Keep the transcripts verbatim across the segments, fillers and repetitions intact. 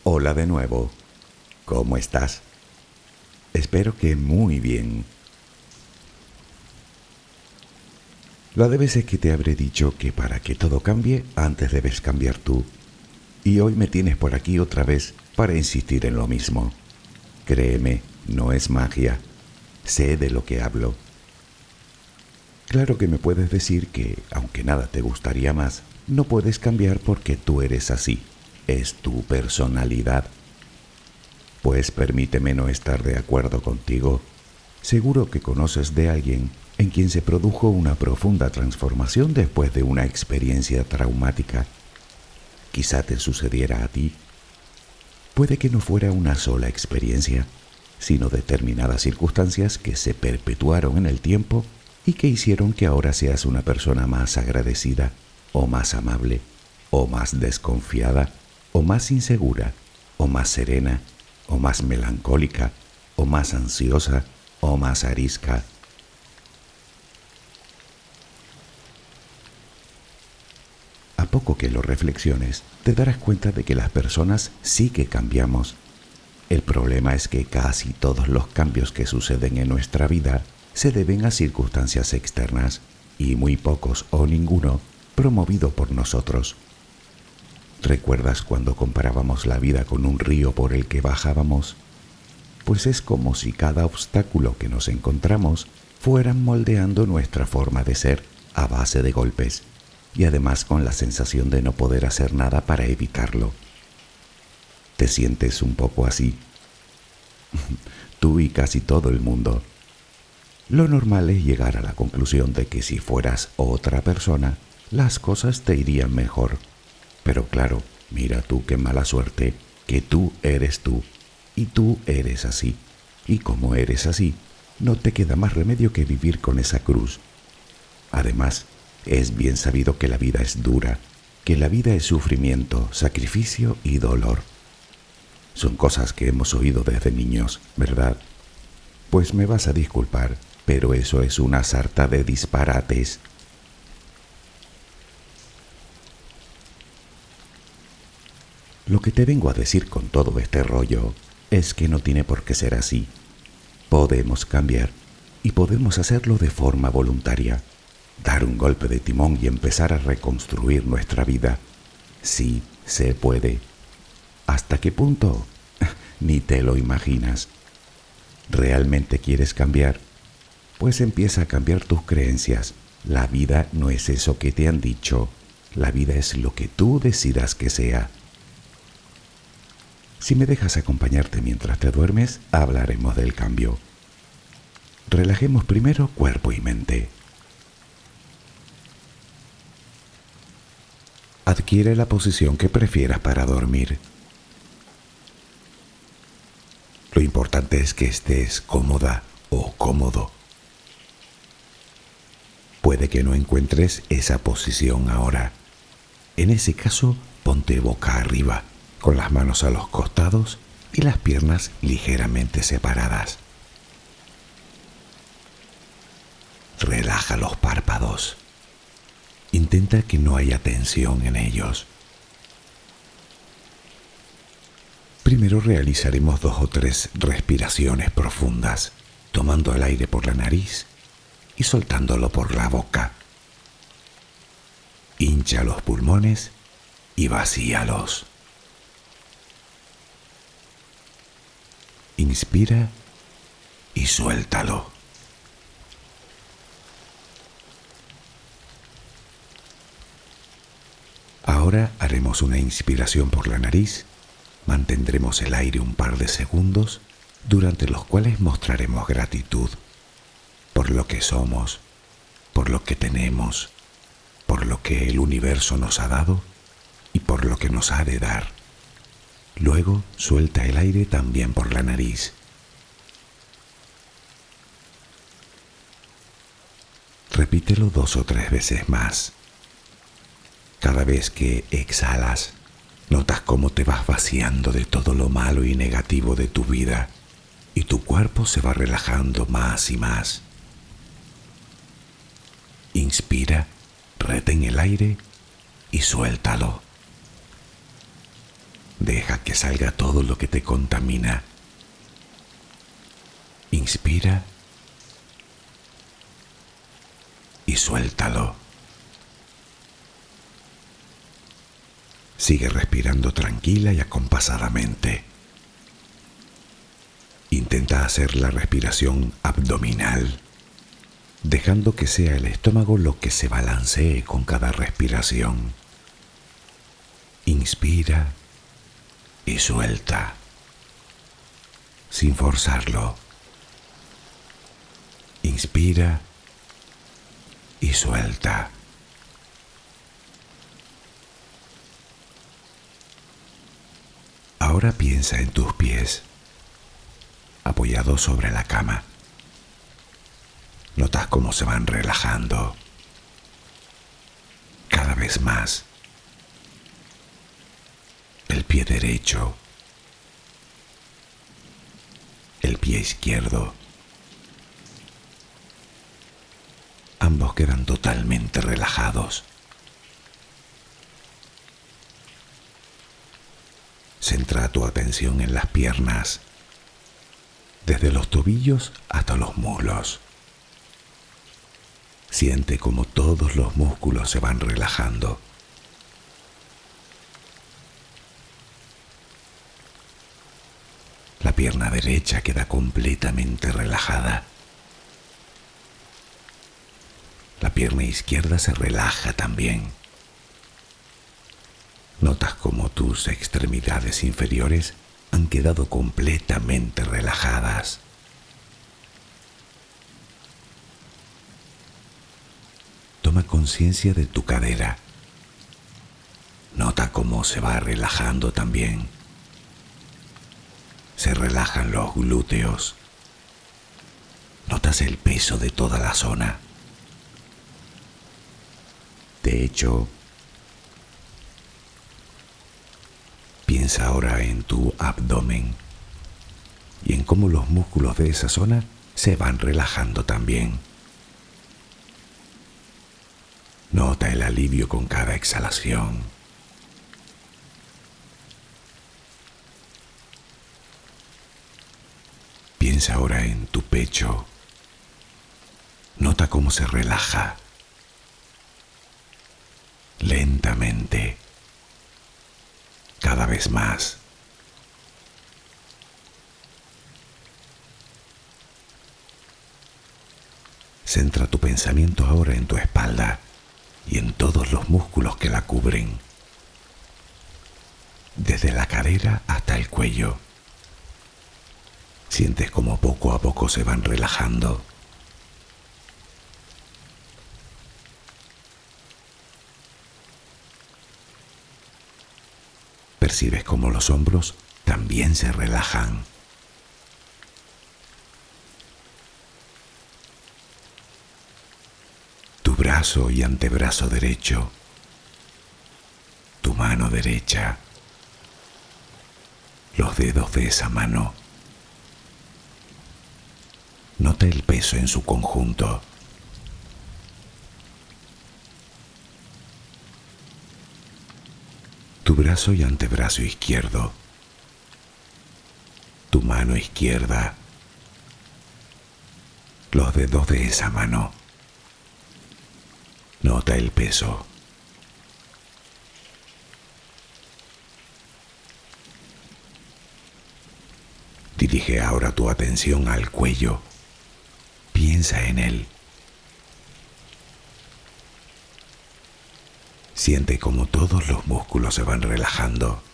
Hola de nuevo. ¿Cómo estás? Espero que muy bien. La de veces que te habré dicho que para que todo cambie, antes debes cambiar tú. Y hoy me tienes por aquí otra vez para insistir en lo mismo. Créeme, no es magia. Sé de lo que hablo. Claro que me puedes decir que, aunque nada te gustaría más, no puedes cambiar porque tú eres así. Es tu personalidad. Pues permíteme no estar de acuerdo contigo. Seguro que conoces de alguien en quien se produjo una profunda transformación después de una experiencia traumática. Quizá te sucediera a ti. Puede que no fuera una sola experiencia, sino determinadas circunstancias que se perpetuaron en el tiempo y que hicieron que ahora seas una persona más agradecida, o más amable, o más desconfiada, o más insegura, o más serena, o más melancólica, o más ansiosa, o más arisca. A poco que lo reflexiones, te darás cuenta de que las personas sí que cambiamos. El problema es que casi todos los cambios que suceden en nuestra vida se deben a circunstancias externas y muy pocos o ninguno promovido por nosotros. ¿Recuerdas cuando comparábamos la vida con un río por el que bajábamos? Pues es como si cada obstáculo que nos encontramos fueran moldeando nuestra forma de ser a base de golpes y además con la sensación de no poder hacer nada para evitarlo. ¿Te sientes un poco así? Tú y casi todo el mundo. Lo normal es llegar a la conclusión de que si fueras otra persona, las cosas te irían mejor. Pero claro, mira tú qué mala suerte, que tú eres tú, y tú eres así. Y como eres así, no te queda más remedio que vivir con esa cruz. Además, es bien sabido que la vida es dura, que la vida es sufrimiento, sacrificio y dolor. Son cosas que hemos oído desde niños, ¿verdad? Pues me vas a disculpar, pero eso es una sarta de disparates. Lo que te vengo a decir con todo este rollo es que no tiene por qué ser así. Podemos cambiar y podemos hacerlo de forma voluntaria. Dar un golpe de timón y empezar a reconstruir nuestra vida. Sí, se puede. ¿Hasta qué punto? Ni te lo imaginas. ¿Realmente quieres cambiar? Pues empieza a cambiar tus creencias. La vida no es eso que te han dicho. La vida es lo que tú decidas que sea. Si me dejas acompañarte mientras te duermes, hablaremos del cambio. Relajemos primero cuerpo y mente. Adquiere la posición que prefieras para dormir. Lo importante es que estés cómoda o cómodo. Puede que no encuentres esa posición ahora. En ese caso, ponte boca arriba, con las manos a los costados y las piernas ligeramente separadas. Relaja los párpados. Intenta que no haya tensión en ellos. Primero realizaremos dos o tres respiraciones profundas, tomando el aire por la nariz y soltándolo por la boca. Hincha los pulmones y vacíalos. Inspira y suéltalo. Ahora haremos una inspiración por la nariz. Mantendremos el aire un par de segundos, durante los cuales mostraremos gratitud por lo que somos, por lo que tenemos, por lo que el universo nos ha dado y por lo que nos ha de dar. Luego suelta el aire también por la nariz. Repítelo dos o tres veces más. Cada vez que exhalas, notas cómo te vas vaciando de todo lo malo y negativo de tu vida y tu cuerpo se va relajando más y más. Inspira, retén el aire y suéltalo. Deja que salga todo lo que te contamina. Inspira y suéltalo. Sigue respirando tranquila y acompasadamente. Intenta hacer la respiración abdominal, dejando que sea el estómago lo que se balancee con cada respiración. Inspira y suelta, sin forzarlo. Inspira y suelta. Ahora piensa en tus pies, apoyados sobre la cama. Notas cómo se van relajando cada vez más. El pie derecho, el pie izquierdo. Ambos quedan totalmente relajados. Centra tu atención en las piernas, desde los tobillos hasta los muslos. Siente cómo todos los músculos se van relajando. La pierna derecha queda completamente relajada. La pierna izquierda se relaja también. Notas cómo tus extremidades inferiores han quedado completamente relajadas. Toma conciencia de tu cadera. Nota cómo se va relajando también. Se relajan los glúteos. Notas el peso de toda la zona. De hecho, piensa ahora en tu abdomen y en cómo los músculos de esa zona se van relajando también. Nota el alivio con cada exhalación. Piensa ahora en tu pecho. Nota cómo se relaja. Lentamente. Cada vez más. Centra tu pensamiento ahora en tu espalda y en todos los músculos que la cubren, desde la cadera hasta el cuello. Sientes como poco a poco se van relajando. Percibes como los hombros también se relajan. Tu brazo y antebrazo derecho, tu mano derecha, los dedos de esa mano. Nota el peso en su conjunto. Tu brazo y antebrazo izquierdo, tu mano izquierda, los dedos de esa mano. Nota el peso. Dirige ahora tu atención al cuello. Piensa en él. Siente como todos los músculos se van relajando.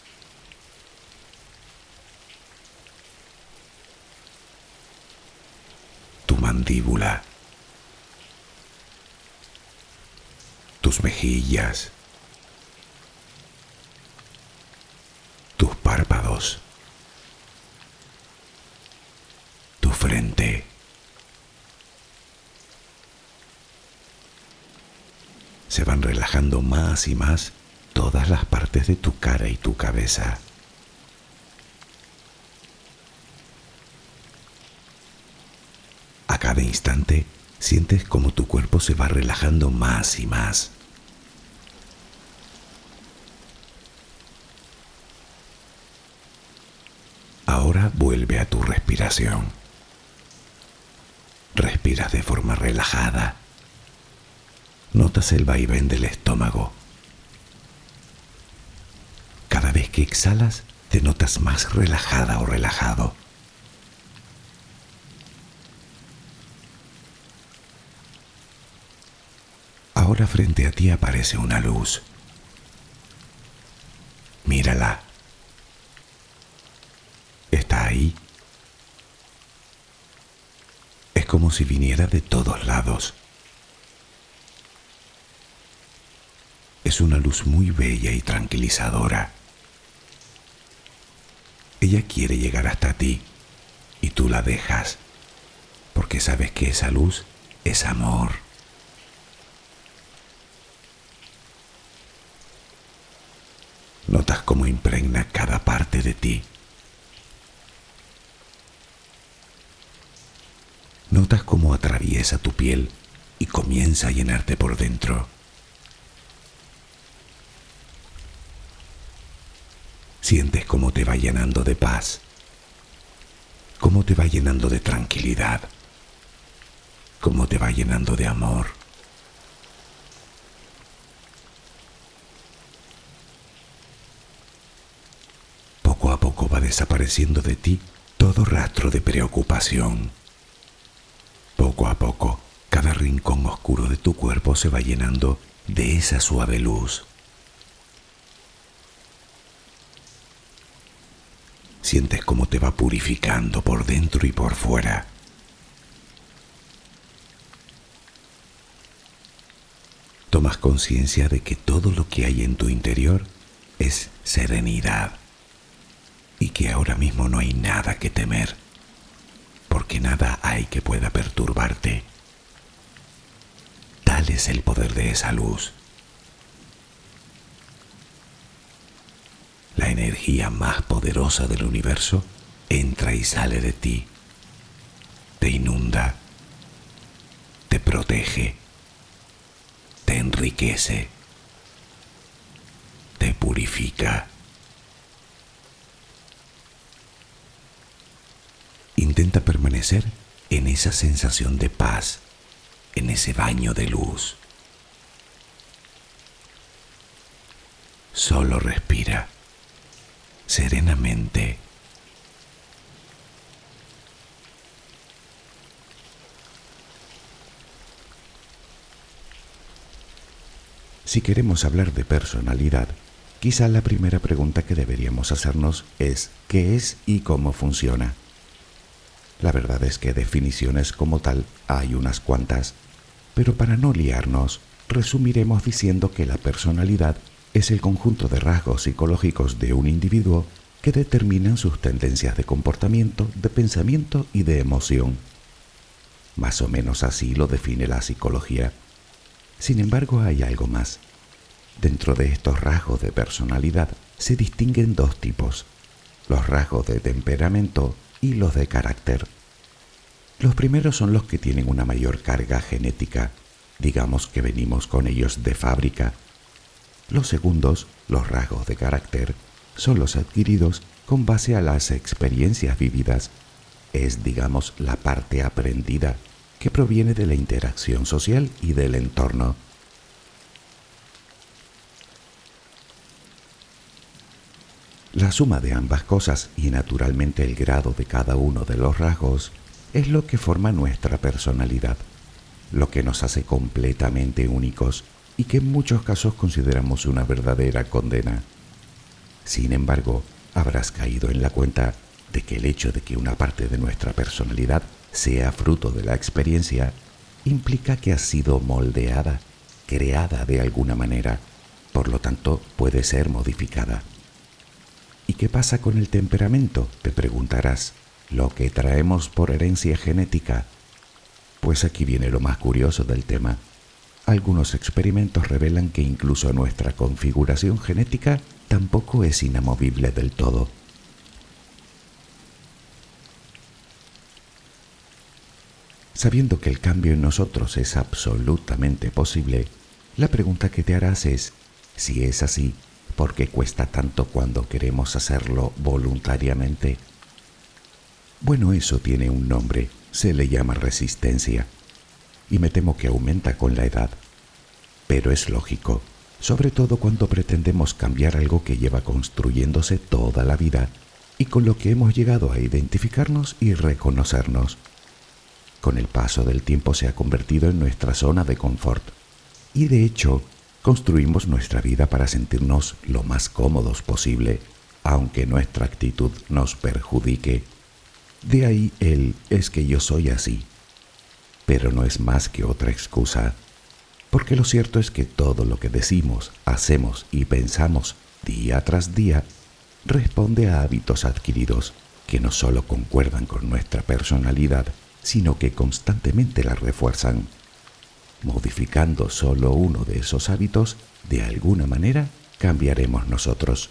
Tu mandíbula, tus mejillas, tus párpados, tu frente. Se van relajando más y más todas las partes de tu cara y tu cabeza. A cada instante sientes como tu cuerpo se va relajando más y más. Ahora vuelve a tu respiración. Respiras de forma relajada. Notas el vaivén del estómago. Cada vez que exhalas, te notas más relajada o relajado. Ahora frente a ti aparece una luz. Mírala. Está ahí. Es como si viniera de todos lados. Es una luz muy bella y tranquilizadora. Ella quiere llegar hasta ti y tú la dejas, porque sabes que esa luz es amor. Notas cómo impregna cada parte de ti. Notas cómo atraviesa tu piel y comienza a llenarte por dentro. Sientes cómo te va llenando de paz, cómo te va llenando de tranquilidad, cómo te va llenando de amor. Poco a poco va desapareciendo de ti todo rastro de preocupación. Poco a poco, cada rincón oscuro de tu cuerpo se va llenando de esa suave luz. Sientes cómo te va purificando por dentro y por fuera. Tomas conciencia de que todo lo que hay en tu interior es serenidad y que ahora mismo no hay nada que temer, porque nada hay que pueda perturbarte. Tal es el poder de esa luz. La energía más poderosa del universo entra y sale de ti, te inunda, te protege, te enriquece, te purifica. Intenta permanecer en esa sensación de paz, en ese baño de luz. Solo respira serenamente. Si queremos hablar de personalidad, quizá la primera pregunta que deberíamos hacernos es ¿qué es y cómo funciona? La verdad es que definiciones como tal hay unas cuantas, pero para no liarnos, resumiremos diciendo que la personalidad es el conjunto de rasgos psicológicos de un individuo que determinan sus tendencias de comportamiento, de pensamiento y de emoción. Más o menos así lo define la psicología. Sin embargo, hay algo más. Dentro de estos rasgos de personalidad se distinguen dos tipos: los rasgos de temperamento y los de carácter. Los primeros son los que tienen una mayor carga genética, digamos que venimos con ellos de fábrica. Los segundos, los rasgos de carácter, son los adquiridos con base a las experiencias vividas. Es, digamos, la parte aprendida que proviene de la interacción social y del entorno. La suma de ambas cosas y naturalmente el grado de cada uno de los rasgos es lo que forma nuestra personalidad, lo que nos hace completamente únicos y que en muchos casos consideramos una verdadera condena. Sin embargo, habrás caído en la cuenta de que el hecho de que una parte de nuestra personalidad sea fruto de la experiencia implica que ha sido moldeada, creada de alguna manera, por lo tanto puede ser modificada. ¿Y qué pasa con el temperamento?, te preguntarás. ¿Lo que traemos por herencia genética? Pues aquí viene lo más curioso del tema. Algunos experimentos revelan que incluso nuestra configuración genética tampoco es inamovible del todo. Sabiendo que el cambio en nosotros es absolutamente posible, la pregunta que te harás es, si es así, ¿por qué cuesta tanto cuando queremos hacerlo voluntariamente? Bueno, eso tiene un nombre, se le llama resistencia, y me temo que aumenta con la edad. Pero es lógico, sobre todo cuando pretendemos cambiar algo que lleva construyéndose toda la vida y con lo que hemos llegado a identificarnos y reconocernos. Con el paso del tiempo se ha convertido en nuestra zona de confort, y de hecho, construimos nuestra vida para sentirnos lo más cómodos posible, aunque nuestra actitud nos perjudique. De ahí el "es que yo soy así". Pero no es más que otra excusa, porque lo cierto es que todo lo que decimos, hacemos y pensamos día tras día responde a hábitos adquiridos que no solo concuerdan con nuestra personalidad, sino que constantemente la refuerzan. Modificando solo uno de esos hábitos, de alguna manera cambiaremos nosotros.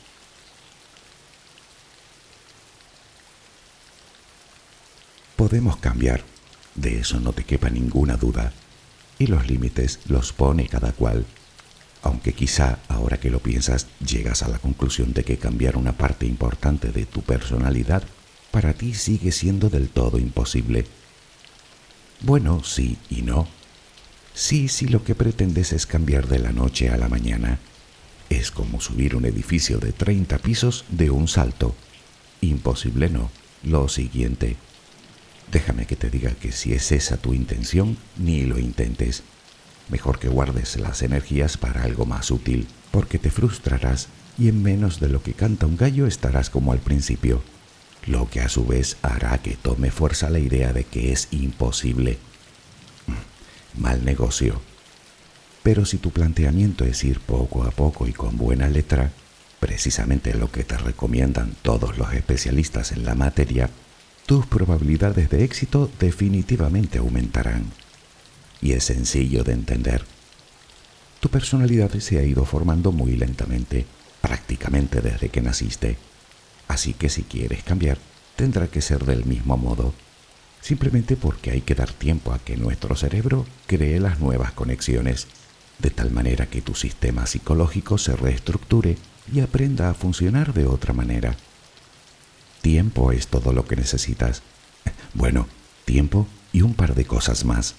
Podemos cambiar, de eso no te quepa ninguna duda, y los límites los pone cada cual, aunque quizá, ahora que lo piensas, llegas a la conclusión de que cambiar una parte importante de tu personalidad para ti sigue siendo del todo imposible. Bueno, sí y no. Sí, si lo que pretendes es cambiar de la noche a la mañana. Es como subir un edificio de treinta pisos de un salto. Imposible no. Lo siguiente. Déjame que te diga que si es esa tu intención, ni lo intentes. Mejor que guardes las energías para algo más útil, porque te frustrarás y en menos de lo que canta un gallo estarás como al principio, lo que a su vez hará que tome fuerza la idea de que es imposible. Mal negocio. Pero si tu planteamiento es ir poco a poco y con buena letra, precisamente lo que te recomiendan todos los especialistas en la materia, tus probabilidades de éxito definitivamente aumentarán. Y es sencillo de entender. Tu personalidad se ha ido formando muy lentamente, prácticamente desde que naciste. Así que si quieres cambiar, tendrá que ser del mismo modo, simplemente porque hay que dar tiempo a que nuestro cerebro cree las nuevas conexiones, de tal manera que tu sistema psicológico se reestructure y aprenda a funcionar de otra manera. Tiempo es todo lo que necesitas. Bueno, tiempo y un par de cosas más.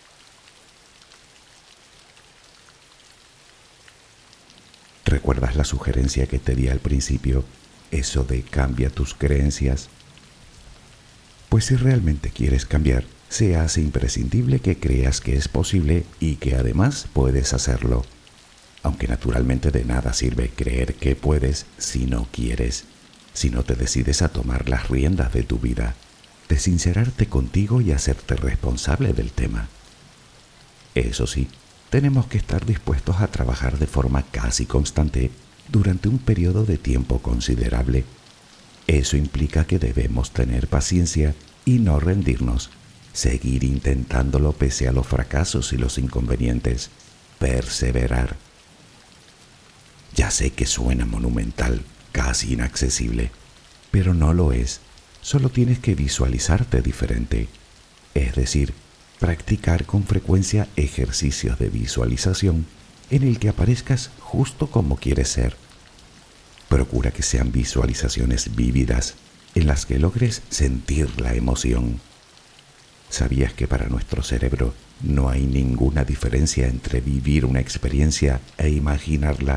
¿Recuerdas la sugerencia que te di al principio? Eso de cambia tus creencias. Pues si realmente quieres cambiar, se hace imprescindible que creas que es posible y que además puedes hacerlo. Aunque naturalmente de nada sirve creer que puedes si no quieres, si no te decides a tomar las riendas de tu vida, de sincerarte contigo y hacerte responsable del tema. Eso sí, tenemos que estar dispuestos a trabajar de forma casi constante durante un periodo de tiempo considerable. Eso implica que debemos tener paciencia y no rendirnos, seguir intentándolo pese a los fracasos y los inconvenientes, perseverar. Ya sé que suena monumental, casi inaccesible, pero no lo es. Solo tienes que visualizarte diferente, es decir, practicar con frecuencia ejercicios de visualización en el que aparezcas justo como quieres ser. Procura que sean visualizaciones vívidas en las que logres sentir la emoción. ¿Sabías que para nuestro cerebro no hay ninguna diferencia entre vivir una experiencia e imaginarla?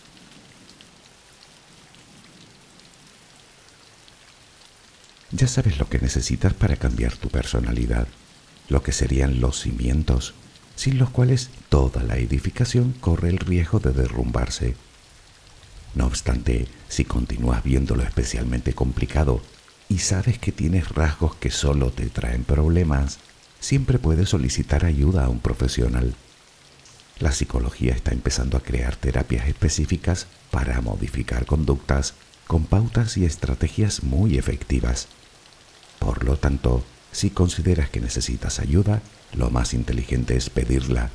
Ya sabes lo que necesitas para cambiar tu personalidad, lo que serían los cimientos, sin los cuales toda la edificación corre el riesgo de derrumbarse. No obstante, si continúas viéndolo especialmente complicado y sabes que tienes rasgos que solo te traen problemas, siempre puedes solicitar ayuda a un profesional. La psicología está empezando a crear terapias específicas para modificar conductas con pautas y estrategias muy efectivas. Por lo tanto, si consideras que necesitas ayuda, lo más inteligente es pedirla.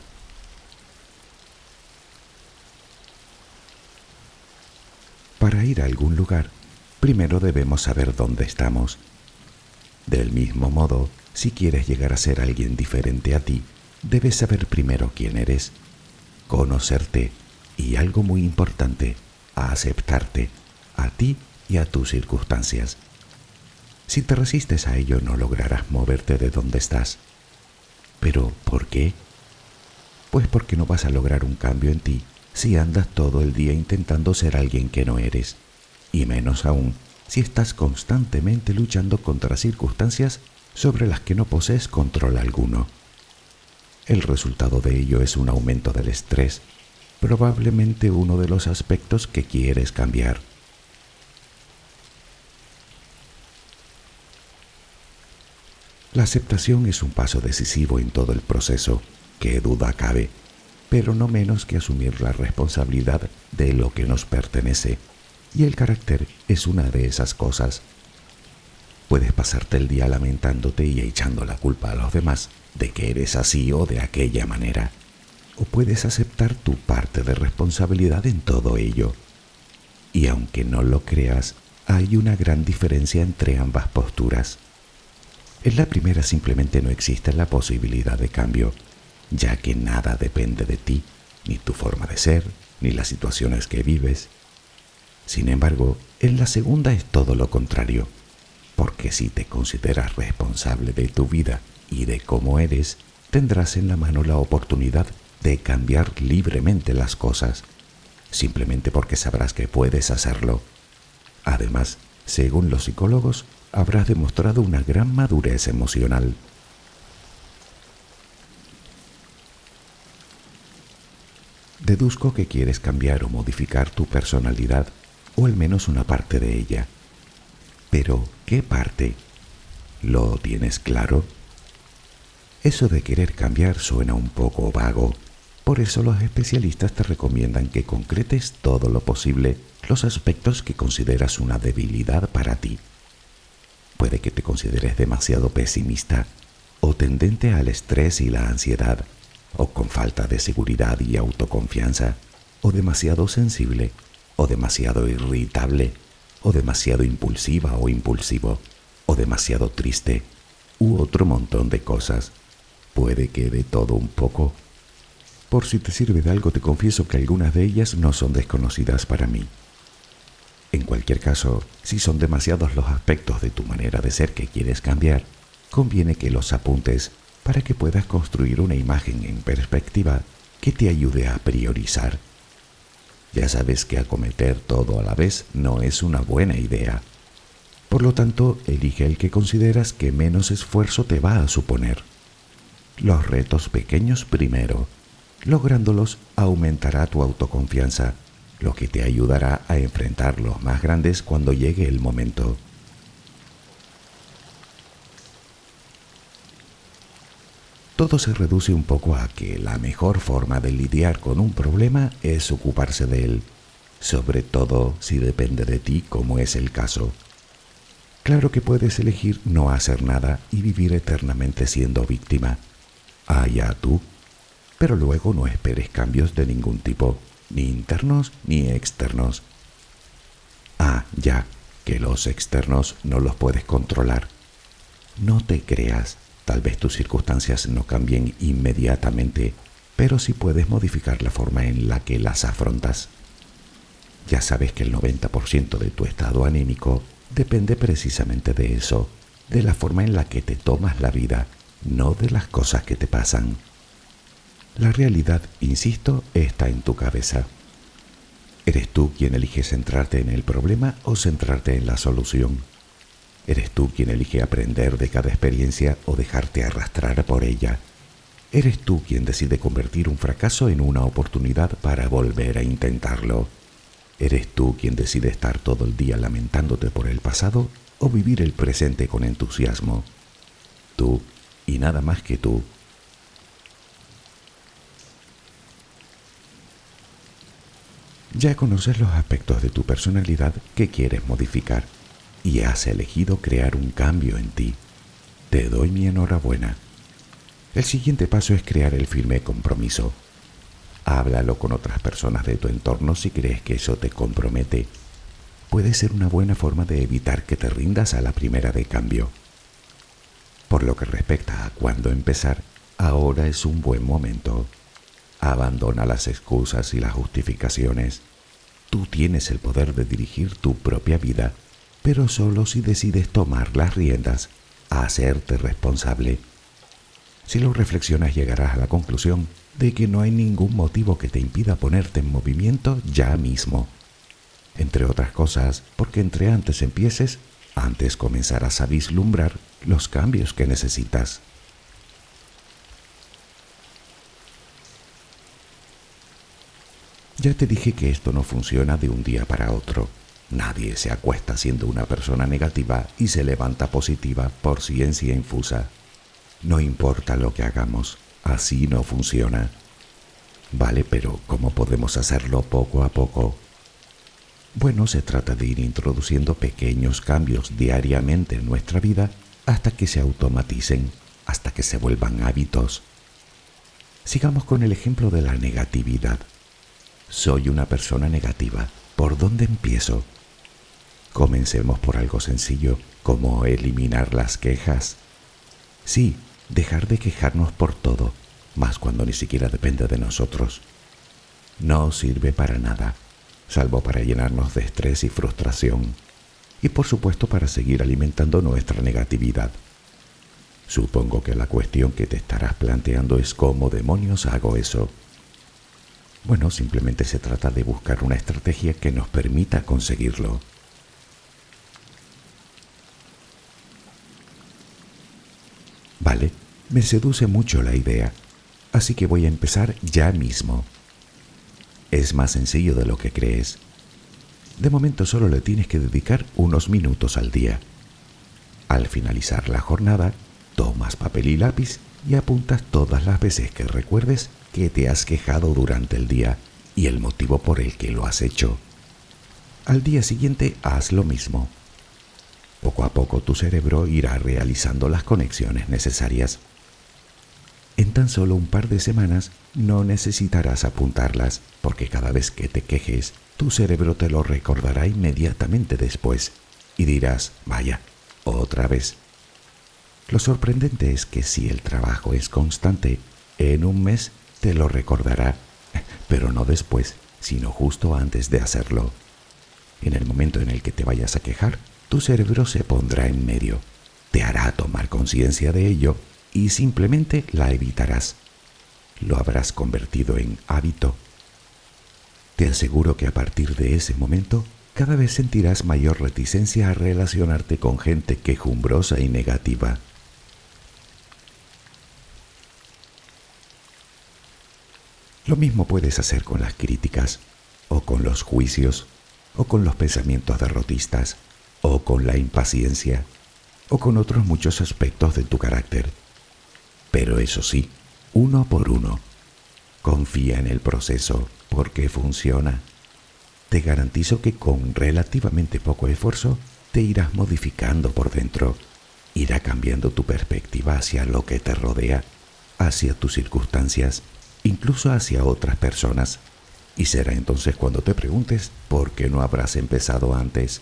Para ir a algún lugar, primero debemos saber dónde estamos. Del mismo modo, si quieres llegar a ser alguien diferente a ti, debes saber primero quién eres, conocerte y, algo muy importante, aceptarte, a ti y a tus circunstancias. Si te resistes a ello, no lograrás moverte de donde estás. ¿Pero por qué? Pues porque no vas a lograr un cambio en ti si andas todo el día intentando ser alguien que no eres, y menos aún si estás constantemente luchando contra circunstancias sobre las que no posees control alguno. El resultado de ello es un aumento del estrés, probablemente uno de los aspectos que quieres cambiar. La aceptación es un paso decisivo en todo el proceso, que duda cabe, pero no menos que asumir la responsabilidad de lo que nos pertenece, y el carácter es una de esas cosas. Puedes pasarte el día lamentándote y echando la culpa a los demás de que eres así o de aquella manera, o puedes aceptar tu parte de responsabilidad en todo ello. Y aunque no lo creas, hay una gran diferencia entre ambas posturas. En la primera simplemente no existe la posibilidad de cambio, ya que nada depende de ti, ni tu forma de ser, ni las situaciones que vives. Sin embargo, en la segunda es todo lo contrario, porque si te consideras responsable de tu vida y de cómo eres, tendrás en la mano la oportunidad de cambiar libremente las cosas, simplemente porque sabrás que puedes hacerlo. Además, según los psicólogos, habrás demostrado una gran madurez emocional. Deduzco que quieres cambiar o modificar tu personalidad, o al menos una parte de ella. Pero, ¿qué parte? ¿Lo tienes claro? Eso de querer cambiar suena un poco vago. Por eso los especialistas te recomiendan que concretes todo lo posible los aspectos que consideras una debilidad para ti. Puede que te consideres demasiado pesimista, o tendente al estrés y la ansiedad, o con falta de seguridad y autoconfianza, o demasiado sensible, o demasiado irritable, o demasiado impulsiva o impulsivo, o demasiado triste, u otro montón de cosas. Puede que de todo un poco. Por si te sirve de algo, te confieso que algunas de ellas no son desconocidas para mí. En cualquier caso, si son demasiados los aspectos de tu manera de ser que quieres cambiar, conviene que los apuntes para que puedas construir una imagen en perspectiva que te ayude a priorizar. Ya sabes que acometer todo a la vez no es una buena idea. Por lo tanto, elige el que consideras que menos esfuerzo te va a suponer. Los retos pequeños primero. Lográndolos aumentará tu autoconfianza, lo que te ayudará a enfrentar los más grandes cuando llegue el momento. Todo se reduce un poco a que la mejor forma de lidiar con un problema es ocuparse de él, sobre todo si depende de ti, como es el caso. Claro que puedes elegir no hacer nada y vivir eternamente siendo víctima. Allá tú. Pero luego no esperes cambios de ningún tipo, ni internos ni externos. Ah, ya, que los externos no los puedes controlar. No te creas, tal vez tus circunstancias no cambien inmediatamente, pero sí puedes modificar la forma en la que las afrontas. Ya sabes que el noventa por ciento de tu estado anímico depende precisamente de eso, de la forma en la que te tomas la vida, no de las cosas que te pasan. La realidad, insisto, está en tu cabeza. ¿Eres tú quien elige centrarte en el problema o centrarte en la solución? ¿Eres tú quien elige aprender de cada experiencia o dejarte arrastrar por ella? ¿Eres tú quien decide convertir un fracaso en una oportunidad para volver a intentarlo? ¿Eres tú quien decide estar todo el día lamentándote por el pasado o vivir el presente con entusiasmo? Tú y nada más que tú. Ya conoces los aspectos de tu personalidad que quieres modificar y has elegido crear un cambio en ti. Te doy mi enhorabuena. El siguiente paso es crear el firme compromiso. Háblalo con otras personas de tu entorno si crees que eso te compromete. Puede ser una buena forma de evitar que te rindas a la primera de cambio. Por lo que respecta a cuándo empezar, ahora es un buen momento. Abandona las excusas y las justificaciones. Tú tienes el poder de dirigir tu propia vida pero solo si decides tomar las riendas, a hacerte responsable. Si lo reflexionas, llegarás a la conclusión de que no hay ningún motivo que te impida ponerte en movimiento ya mismo. Entre otras cosas, porque entre antes empieces, antes comenzarás a vislumbrar los cambios que necesitas. Ya te dije que esto no funciona de un día para otro. Nadie se acuesta siendo una persona negativa y se levanta positiva por ciencia infusa. No importa lo que hagamos, así no funciona. Vale, pero ¿cómo podemos hacerlo poco a poco? Bueno, se trata de ir introduciendo pequeños cambios diariamente en nuestra vida hasta que se automaticen, hasta que se vuelvan hábitos. Sigamos con el ejemplo de la negatividad. Soy una persona negativa. ¿Por dónde empiezo? Comencemos por algo sencillo, como eliminar las quejas. Sí, dejar de quejarnos por todo, más cuando ni siquiera depende de nosotros. No sirve para nada, salvo para llenarnos de estrés y frustración, y por supuesto para seguir alimentando nuestra negatividad. Supongo que la cuestión que te estarás planteando es ¿cómo demonios hago eso? Bueno, simplemente se trata de buscar una estrategia que nos permita conseguirlo. Vale, me seduce mucho la idea, así que voy a empezar ya mismo. Es más sencillo de lo que crees. De momento solo le tienes que dedicar unos minutos al día. Al finalizar la jornada, tomas papel y lápiz y apuntas todas las veces que recuerdes que te has quejado durante el día y el motivo por el que lo has hecho. Al día siguiente haz lo mismo. Poco a poco tu cerebro irá realizando las conexiones necesarias. En tan solo un par de semanas no necesitarás apuntarlas, porque cada vez que te quejes, tu cerebro te lo recordará inmediatamente después y dirás, vaya, otra vez. Lo sorprendente es que si el trabajo es constante, en un mes te lo recordará, pero no después, sino justo antes de hacerlo. En el momento en el que te vayas a quejar, tu cerebro se pondrá en medio, te hará tomar conciencia de ello y simplemente la evitarás. Lo habrás convertido en hábito. Te aseguro que a partir de ese momento, cada vez sentirás mayor reticencia a relacionarte con gente quejumbrosa y negativa. Lo mismo puedes hacer con las críticas, o con los juicios, o con los pensamientos derrotistas, o con la impaciencia, o con otros muchos aspectos de tu carácter. Pero eso sí, uno por uno. Confía en el proceso, porque funciona. Te garantizo que con relativamente poco esfuerzo te irás modificando por dentro. Irá cambiando tu perspectiva hacia lo que te rodea, hacia tus circunstancias, incluso hacia otras personas. Y será entonces cuando te preguntes por qué no habrás empezado antes.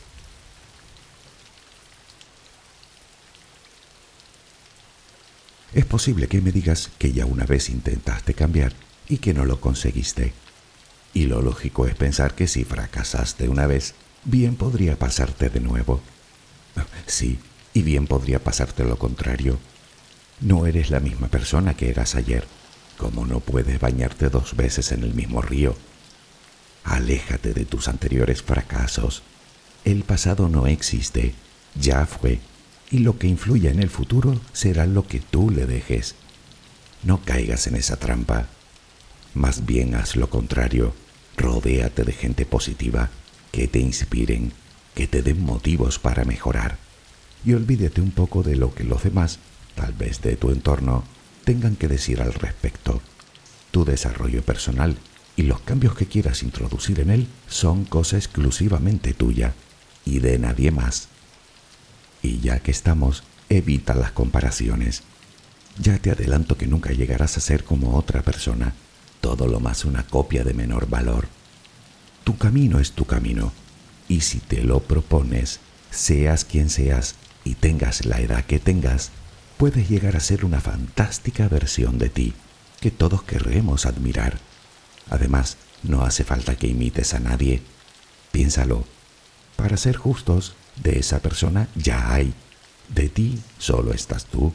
Es posible que me digas que ya una vez intentaste cambiar y que no lo conseguiste. Y lo lógico es pensar que si fracasaste una vez, bien podría pasarte de nuevo. Sí, y bien podría pasarte lo contrario. No eres la misma persona que eras ayer, como no puedes bañarte dos veces en el mismo río. Aléjate de tus anteriores fracasos. El pasado no existe, ya fue, y lo que influya en el futuro será lo que tú le dejes. No caigas en esa trampa. Más bien haz lo contrario. Rodéate de gente positiva, que te inspiren, que te den motivos para mejorar. Y olvídate un poco de lo que los demás, tal vez de tu entorno, tengan que decir al respecto. Tu desarrollo personal y los cambios que quieras introducir en él son cosa exclusivamente tuya y de nadie más. Y ya que estamos, evita las comparaciones. Ya te adelanto que nunca llegarás a ser como otra persona, todo lo más una copia de menor valor. Tu camino es tu camino, y si te lo propones, seas quien seas y tengas la edad que tengas, puedes llegar a ser una fantástica versión de ti, que todos querremos admirar. Además, no hace falta que imites a nadie. Piénsalo. Para ser justos, De esa persona ya hay. De ti solo estás tú.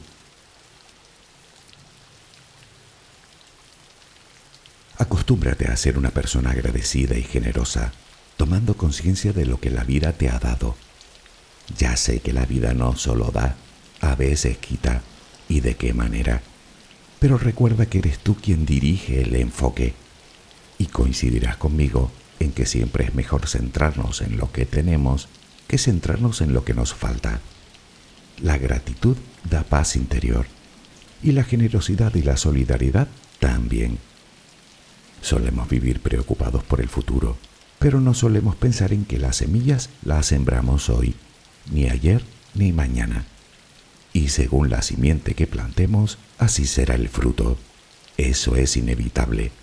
Acostúmbrate a ser una persona agradecida y generosa, tomando conciencia de lo que la vida te ha dado. Ya sé que la vida no solo da, a veces quita, y de qué manera. Pero recuerda que eres tú quien dirige el enfoque. Y coincidirás conmigo en que siempre es mejor centrarnos en lo que tenemos que centrarnos en lo que nos falta. La gratitud da paz interior, y la generosidad y la solidaridad también. Solemos vivir preocupados por el futuro, pero no solemos pensar en que las semillas las sembramos hoy, ni ayer ni mañana. Y según la simiente que plantemos, así será el fruto. Eso es inevitable.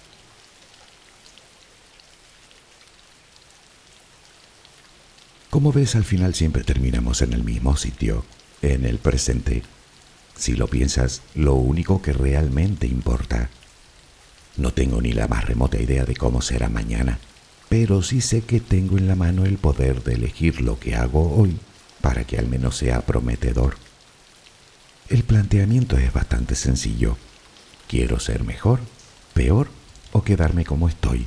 Como ves, al final siempre terminamos en el mismo sitio, en el presente. Si lo piensas, lo único que realmente importa. No tengo ni la más remota idea de cómo será mañana, pero sí sé que tengo en la mano el poder de elegir lo que hago hoy para que al menos sea prometedor. El planteamiento es bastante sencillo. ¿Quiero ser mejor, peor o quedarme como estoy?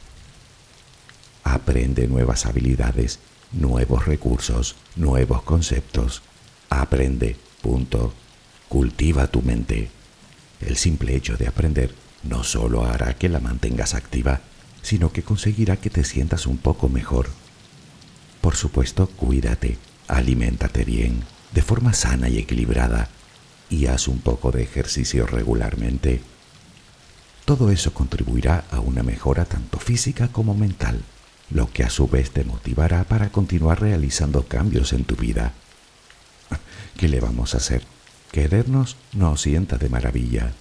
Aprende nuevas habilidades, nuevos recursos, nuevos conceptos. Aprende, punto. Cultiva tu mente. El simple hecho de aprender no solo hará que la mantengas activa, sino que conseguirá que te sientas un poco mejor. Por supuesto, cuídate, aliméntate bien, de forma sana y equilibrada, y haz un poco de ejercicio regularmente. Todo eso contribuirá a una mejora tanto física como mental, lo que a su vez te motivará para continuar realizando cambios en tu vida. ¿Qué le vamos a hacer? Querernos nos sienta de maravilla.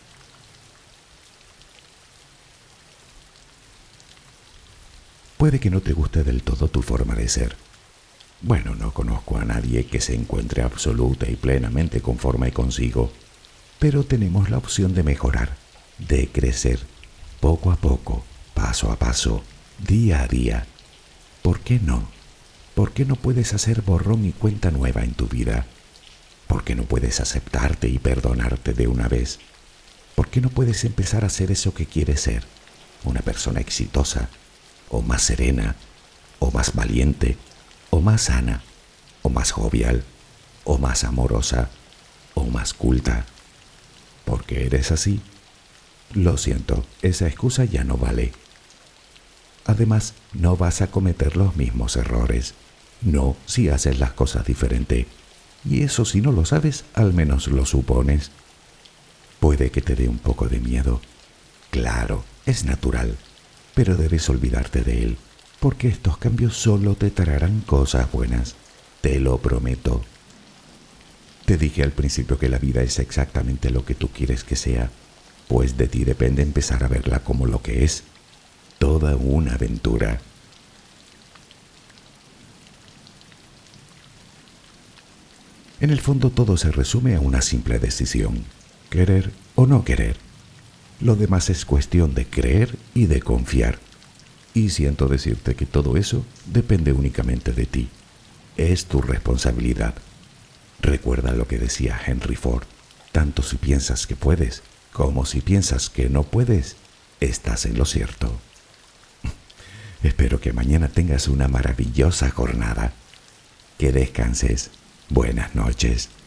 Puede que no te guste del todo tu forma de ser. Bueno, no conozco a nadie que se encuentre absoluta y plenamente conforme consigo, pero tenemos la opción de mejorar, de crecer, poco a poco, paso a paso, día a día. ¿Por qué no? ¿Por qué no puedes hacer borrón y cuenta nueva en tu vida? ¿Por qué no puedes aceptarte y perdonarte de una vez? ¿Por qué no puedes empezar a ser eso que quieres ser? Una persona exitosa, o más serena, o más valiente, o más sana, o más jovial, o más amorosa, o más culta. ¿Porque eres así? Lo siento, esa excusa ya no vale. Además, no vas a cometer los mismos errores. No si haces las cosas diferente. Y eso, si no lo sabes, al menos lo supones. Puede que te dé un poco de miedo. Claro, es natural. Pero debes olvidarte de él, porque estos cambios solo te traerán cosas buenas. Te lo prometo. Te dije al principio que la vida es exactamente lo que tú quieres que sea, pues de ti depende empezar a verla como lo que es. Toda una aventura. En el fondo todo se resume a una simple decisión, querer o no querer. Lo demás es cuestión de creer y de confiar. Y siento decirte que todo eso depende únicamente de ti. Es tu responsabilidad. Recuerda lo que decía Henry Ford, tanto si piensas que puedes como si piensas que no puedes, estás en lo cierto. Espero que mañana tengas una maravillosa jornada. Que descanses. Buenas noches.